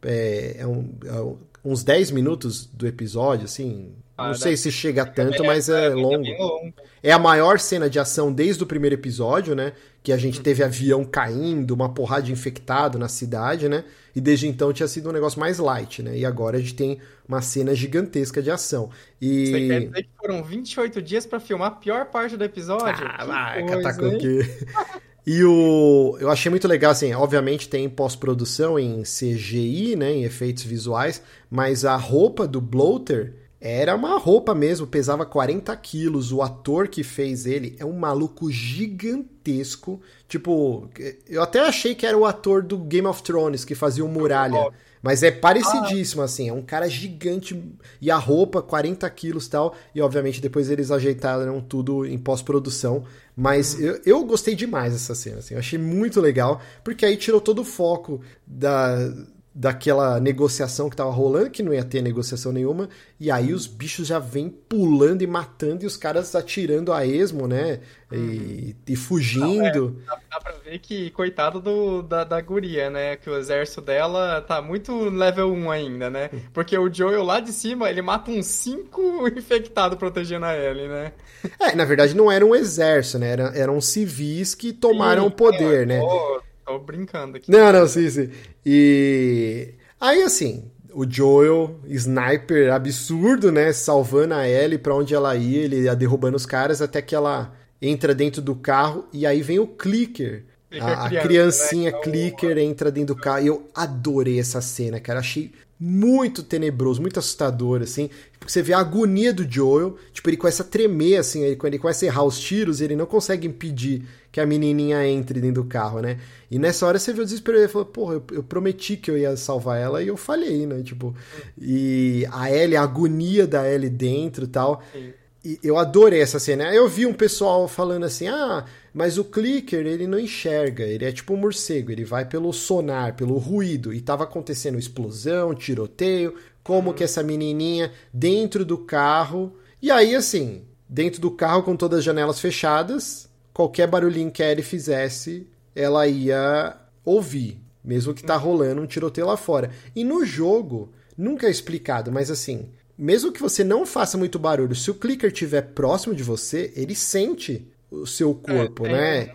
uns 10 minutos do episódio, assim. Não sei se chega a tanto, é, mas é é bem longo. longo. É a maior cena de ação desde o primeiro episódio, né? Que a gente teve avião caindo, uma porrada de infectado na cidade, né? E desde então tinha sido um negócio mais light, né? E agora a gente tem uma cena gigantesca de ação. Você quer E... dizer que foram 28 dias pra filmar a pior parte do episódio? Ah, Que vai, coisa, catar com hein? que... E eu achei muito legal, assim, obviamente tem pós-produção em CGI, né, em efeitos visuais, mas a roupa do Bloater era uma roupa mesmo, pesava 40 quilos, o ator que fez ele é um maluco gigantesco, tipo, eu até achei que era o ator do Game of Thrones, que fazia o Muralha, mas é parecidíssimo, assim, é um cara gigante, e a roupa, 40 quilos e tal, e obviamente depois eles ajeitaram tudo em pós-produção, mas eu gostei demais dessa cena, assim, eu achei muito legal, porque aí tirou todo o foco daquela negociação que tava rolando, que não ia ter negociação nenhuma, e aí os bichos já vêm pulando e matando, e os caras atirando a esmo, né, e fugindo. Dá pra ver que, coitado da guria, né? Que o exército dela tá muito level 1 ainda, né? Porque o Joel lá de cima, ele mata uns 5 infectados protegendo a Ellie, né? Na verdade não era um exército, né, eram civis que tomaram o poder, né. Tô brincando aqui. Não, sim. E aí, assim, o Joel, sniper absurdo, né? Salvando a Ellie pra onde ela ia, ele ia derrubando os caras até que ela entra dentro do carro e aí vem o Clicker. A criancinha, né? Clicker entra dentro do carro. E eu adorei essa cena, cara. Achei muito tenebroso, muito assustador, assim. Porque você vê a agonia do Joel. Tipo, ele começa a tremer, assim. Quando ele começa a errar os tiros, ele não consegue impedir que a menininha entre dentro do carro, né? E nessa hora você vê o desespero. Ele falou, porra, eu prometi que eu ia salvar ela e eu falhei, né? Tipo, e a Ellie, a agonia da Ellie dentro e tal. Sim. E eu adorei essa cena. Eu vi um pessoal falando assim, mas o Clicker, ele não enxerga, ele é tipo um morcego, ele vai pelo sonar, pelo ruído, e tava acontecendo explosão, tiroteio, como que essa menininha dentro do carro, e aí assim, dentro do carro com todas as janelas fechadas, qualquer barulhinho que a Ellie fizesse, ela ia ouvir, mesmo que tá rolando um tiroteio lá fora. E no jogo, nunca é explicado, mas assim, mesmo que você não faça muito barulho, se o Clicker estiver próximo de você, ele sente o seu corpo, né?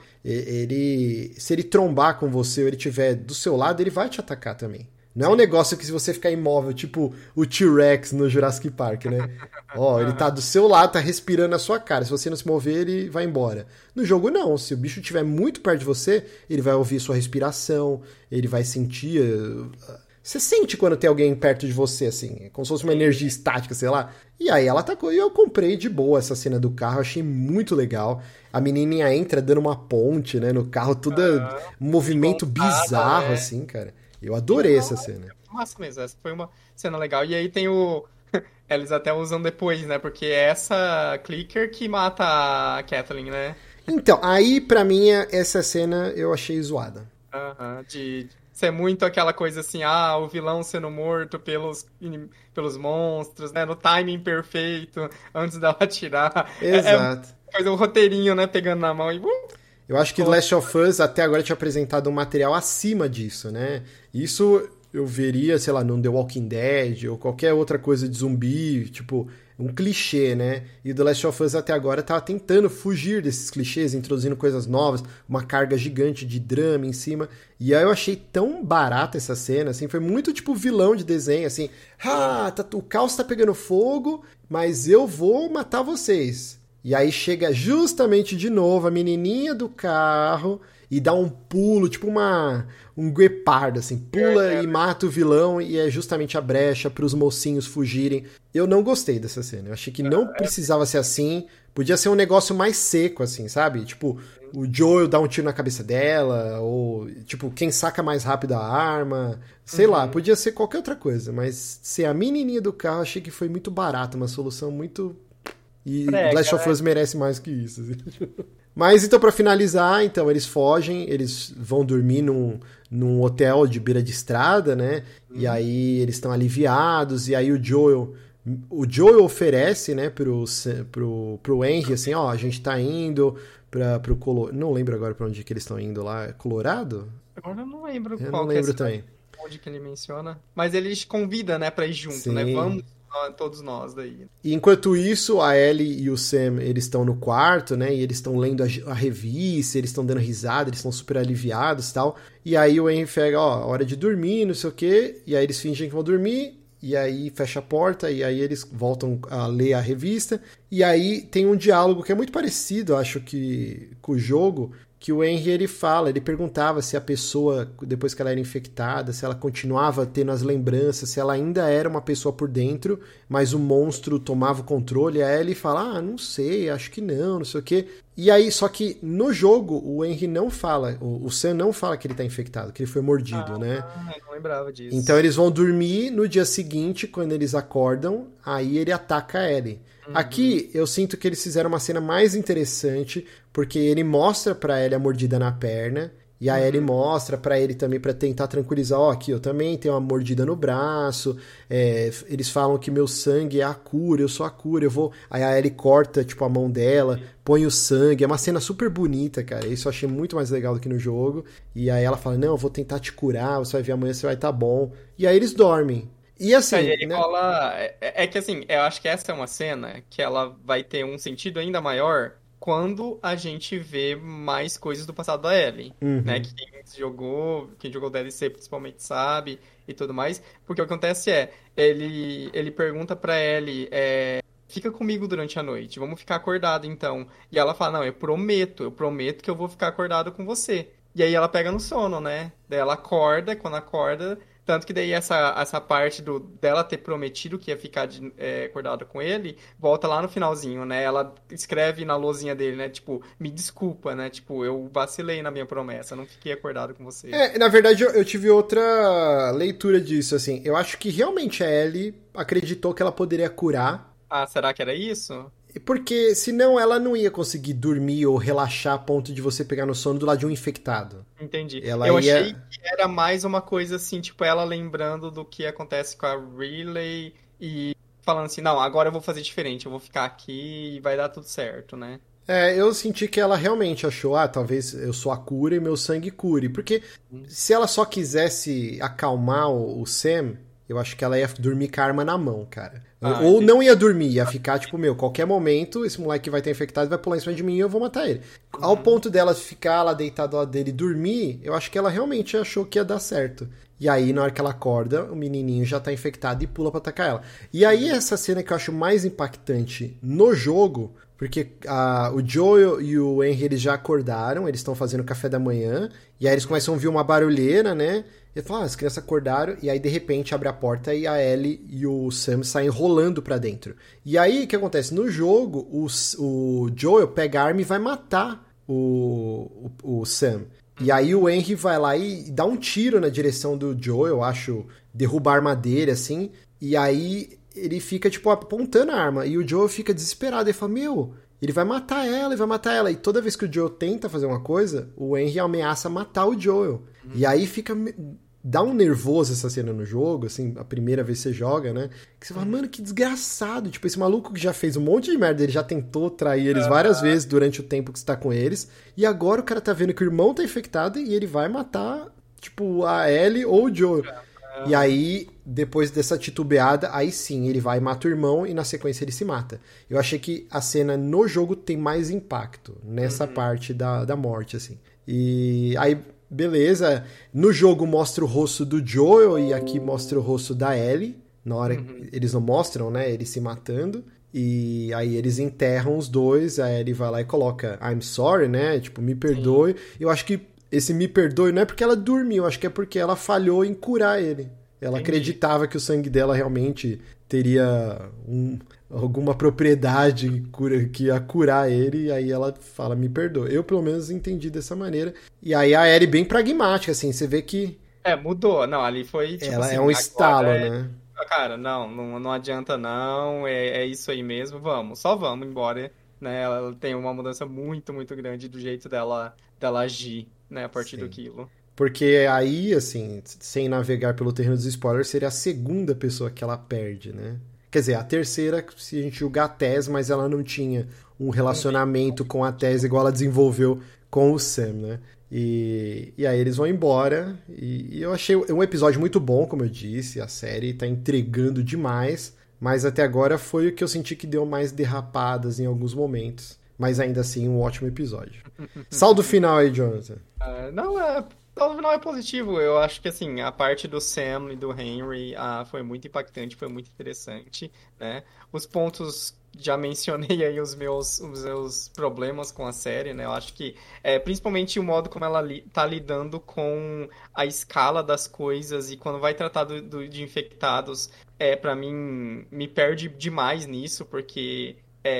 Se ele trombar com você ou ele estiver do seu lado, ele vai te atacar também. Não é um negócio que se você ficar imóvel, tipo o T-Rex no Jurassic Park, né? Ele tá do seu lado, tá respirando na sua cara. Se você não se mover, ele vai embora. No jogo, não. Se o bicho estiver muito perto de você, ele vai ouvir sua respiração, ele vai sentir... Você sente quando tem alguém perto de você, assim, como se fosse uma energia estática, sei lá. E aí ela atacou e eu comprei de boa essa cena do carro, achei muito legal. A menininha entra dando uma ponte, né, no carro, tudo um movimento bizarro, né? Assim, cara. Eu adorei essa cena. Massa mesmo, essa foi uma cena legal. E aí tem o... Eles até usam depois, né, porque é essa Clicker que mata a Kathleen, né? Então, aí pra mim, essa cena eu achei zoada. De ser muito aquela coisa assim, o vilão sendo morto pelos monstros, né? No timing perfeito, antes dela atirar. Exato. Fazer um roteirinho, né? Pegando na mão e... Eu acho que Last of Us até agora tinha apresentado um material acima disso, né? Isso eu veria, sei lá, num The Walking Dead ou qualquer outra coisa de zumbi, tipo... um clichê, né? E The Last of Us até agora tava tentando fugir desses clichês, introduzindo coisas novas, uma carga gigante de drama em cima. E aí eu achei tão barata essa cena, assim, foi muito tipo vilão de desenho, assim, o caos tá pegando fogo, mas eu vou matar vocês. E aí chega justamente de novo a menininha do carro e dá um pulo, tipo um guepardo, assim, pula e mata o vilão, e é justamente a brecha para os mocinhos fugirem. Eu não gostei dessa cena, eu achei que não precisava ser assim, podia ser um negócio mais seco, assim, sabe? Tipo, o Joel dá um tiro na cabeça dela, ou, tipo, quem saca mais rápido a arma, sei lá, podia ser qualquer outra coisa, mas ser a menininha do carro, achei que foi muito barato, uma solução muito... E Last of Us merece mais que isso, assim. Mas então, pra finalizar, então, eles fogem, eles vão dormir num hotel de beira de estrada, né? E aí eles estão aliviados, e aí o Joel oferece, né, pro Henry, assim, a gente tá indo pro Colorado. Não lembro agora pra onde que eles estão indo lá. Colorado? Agora eu não lembro qual. Eu não lembro também. onde que ele menciona. Mas ele convida, né, pra ir junto, né? Sim. Vamos todos nós daí. E enquanto isso, a Ellie e o Sam, eles estão no quarto, né? E eles estão lendo a revista, eles estão dando risada, eles estão super aliviados e tal. E aí o Henry pega, ó, hora de dormir, não sei o quê. E aí eles fingem que vão dormir. E aí fecha a porta, e aí eles voltam a ler a revista. E aí tem um diálogo que é muito parecido, acho que, com o jogo, que o Henry, ele perguntava se a pessoa, depois que ela era infectada, se ela continuava tendo as lembranças, se ela ainda era uma pessoa por dentro, mas o monstro tomava o controle. Aí ele fala, não sei, acho que não sei o quê. E aí, só que no jogo, o Henry não fala, o Sam não fala que ele tá infectado, que ele foi mordido, né? Eu não lembrava disso. Então eles vão dormir, no dia seguinte, quando eles acordam, aí ele ataca a Ellie. Aqui, eu sinto que eles fizeram uma cena mais interessante, porque ele mostra pra Ellie a mordida na perna, e a Ellie mostra pra ele também pra tentar tranquilizar, ó, aqui eu também tenho uma mordida no braço, eles falam que meu sangue é a cura, eu sou a cura, eu vou... Aí a Ellie corta, tipo, a mão dela, põe o sangue, é uma cena super bonita, cara, isso eu achei muito mais legal do que no jogo, e aí ela fala, não, eu vou tentar te curar, você vai ver amanhã, você vai estar bom, e aí eles dormem. E assim, Ele né? rola. É que assim, eu acho que essa é uma cena que ela vai ter um sentido ainda maior quando a gente vê mais coisas do passado da Ellie, né? Uhum. Que quem jogou DLC principalmente sabe e tudo mais. Porque o que acontece ele pergunta pra Ellie, fica comigo durante a noite, vamos ficar acordado então. E ela fala, não, eu prometo que eu vou ficar acordado com você. E aí ela pega no sono, né? Daí ela acorda, quando acorda. Tanto que daí essa parte dela ter prometido que ia ficar acordada com ele, volta lá no finalzinho, né? Ela escreve na lousinha dele, né? Tipo, me desculpa, né? Tipo, eu vacilei na minha promessa, não fiquei acordado com você. Na verdade, eu tive outra leitura disso, assim. Eu acho que realmente a Ellie acreditou que ela poderia curar, Ah, será que era isso? porque senão ela não ia conseguir dormir ou relaxar a ponto de você pegar no sono do lado de um infectado. Entendi. Ela Eu achei ia... que era mais uma coisa assim, tipo, ela lembrando do que acontece com a Riley e falando assim, não, agora eu vou fazer diferente, eu vou ficar aqui e vai dar tudo certo, né? Eu senti que ela realmente achou, talvez eu sou a cura e meu sangue cure. Porque se ela só quisesse acalmar o Sam, eu acho que ela ia dormir com a arma na mão, cara. Ah, Ou entendi. não ia dormir, ia ficar tipo, qualquer momento esse moleque vai ter infectado vai pular em cima de mim e eu vou matar ele. Ao ponto dela ficar lá deitada do lado dele e dormir, eu acho que ela realmente achou que ia dar certo. E aí, na hora que ela acorda, o menininho já tá infectado e pula pra atacar ela. E aí, essa cena que eu acho mais impactante no jogo, porque o Joel e o Henry, eles já acordaram, eles estão fazendo café da manhã, e aí eles começam a ouvir uma barulheira, né? E falam, as crianças acordaram, e aí de repente abre a porta e a Ellie e o Sam saem rolando pra dentro. E aí, o que acontece? No jogo, o Joel pega a arma e vai matar o Sam. E aí o Henry vai lá e dá um tiro na direção do Joel, eu acho, derruba a arma dele, assim, e aí ele fica, tipo, apontando a arma, e o Joel fica desesperado, ele fala, ele vai matar ela, ele vai matar ela, e toda vez que o Joel tenta fazer uma coisa, o Henry ameaça matar o Joel, e aí fica... Dá um nervoso essa cena no jogo, assim, a primeira vez que você joga, né? Que você fala, mano, que desgraçado. Tipo, esse maluco que já fez um monte de merda, ele já tentou trair eles várias vezes durante o tempo que você tá com eles. E agora o cara tá vendo que o irmão tá infectado e ele vai matar, tipo, a Ellie ou o Joel. E aí, depois dessa titubeada, aí sim, ele vai e mata o irmão e na sequência ele se mata. Eu achei que a cena no jogo tem mais impacto nessa parte da morte, assim. E aí... Beleza, no jogo mostra o rosto do Joel e aqui mostra o rosto da Ellie. Na hora que eles não mostram, né? Eles se matando. E aí eles enterram os dois. A Ellie vai lá e coloca I'm sorry, né? Tipo, me perdoe. Eu acho que esse me perdoe não é porque ela dormiu, acho que é porque ela falhou em curar ele. Ela acreditava que o sangue dela realmente teria alguma propriedade que ia curar ele, e aí ela fala, me perdoa. Eu, pelo menos, entendi dessa maneira. E aí a Ellie bem pragmática, assim, você vê que Mudou. Não, ali foi tipo ela assim, é um estalo, agora né? cara, não adianta não, é isso aí mesmo, só vamos embora, né? Ela tem uma mudança muito, muito grande do jeito dela agir, né, a partir do Sim. quilo. Porque aí, assim, sem navegar pelo terreno dos spoilers, seria a segunda pessoa que ela perde, né? Quer dizer, a terceira, se a gente julgar a Tess, mas ela não tinha um relacionamento com a Tess igual ela desenvolveu com o Sam, né? E aí eles vão embora. E eu achei um episódio muito bom, como eu disse. A série tá entregando demais. Mas até agora foi o que eu senti que deu mais derrapadas em alguns momentos. Mas ainda assim, um ótimo episódio. Saldo final aí, Jonathan. Não, no final é positivo. Eu acho que assim, a parte do Sam e do Henry foi muito impactante, foi muito interessante, né? Os pontos, já mencionei aí os meus problemas com a série, né? Eu acho que principalmente o modo como ela tá lidando com a escala das coisas e quando vai tratar de infectados, para mim, me perde demais nisso, porque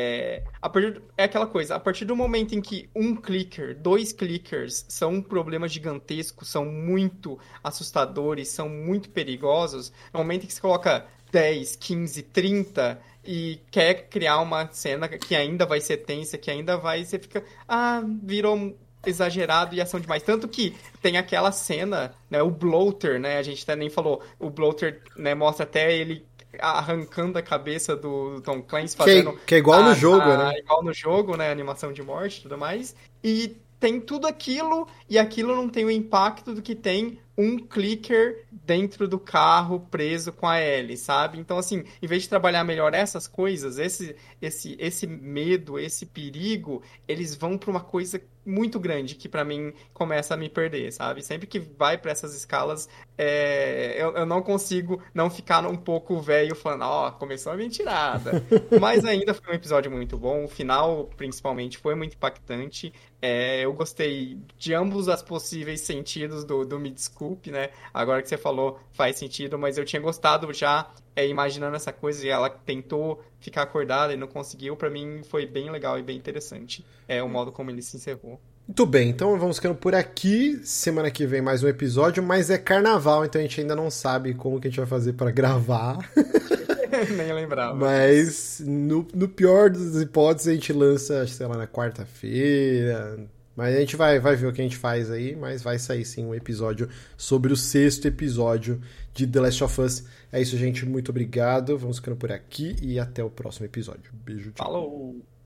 é aquela coisa, a partir do momento em que um clicker, dois clickers são um problema gigantesco, são muito assustadores, são muito perigosos, no momento em que você coloca 10, 15, 30 e quer criar uma cena que ainda vai ser tensa, que ainda vai, você fica, virou exagerado e ação demais. Tanto que tem aquela cena, né, o bloater, né, a gente até nem falou, o bloater, né, mostra até ele arrancando a cabeça do Tom Clancy, fazendo Que é igual no jogo, né? igual no jogo, né? Animação de morte e tudo mais. E tem tudo aquilo, e aquilo não tem o impacto do que tem um clicker dentro do carro preso com a Ellie, sabe? Então, assim, em vez de trabalhar melhor essas coisas, esse medo, esse perigo, eles vão para uma coisa muito grande que pra mim começa a me perder, sabe? Sempre que vai pra essas escalas, eu não consigo não ficar um pouco velho falando, começou a mentirada. Mas ainda foi um episódio muito bom. O final, principalmente, foi muito impactante. Eu gostei de ambos os possíveis sentidos do Me Desculpe, né? Agora que você falou, faz sentido, mas eu tinha gostado já, imaginando essa coisa, e ela tentou ficar acordada e não conseguiu. Pra mim foi bem legal e bem interessante. O modo como ele se encerrou. Muito bem, então vamos ficando por aqui. Semana que vem mais um episódio, mas é carnaval, então a gente ainda não sabe como que a gente vai fazer pra gravar. Nem lembrava. Mas no pior das hipóteses a gente lança, sei lá, na quarta-feira. Mas a gente vai ver o que a gente faz aí, mas vai sair sim um episódio sobre o 6º episódio de The Last of Us. É isso, gente. Muito obrigado. Vamos ficando por aqui e até o próximo episódio. Beijo, tchau. Falou!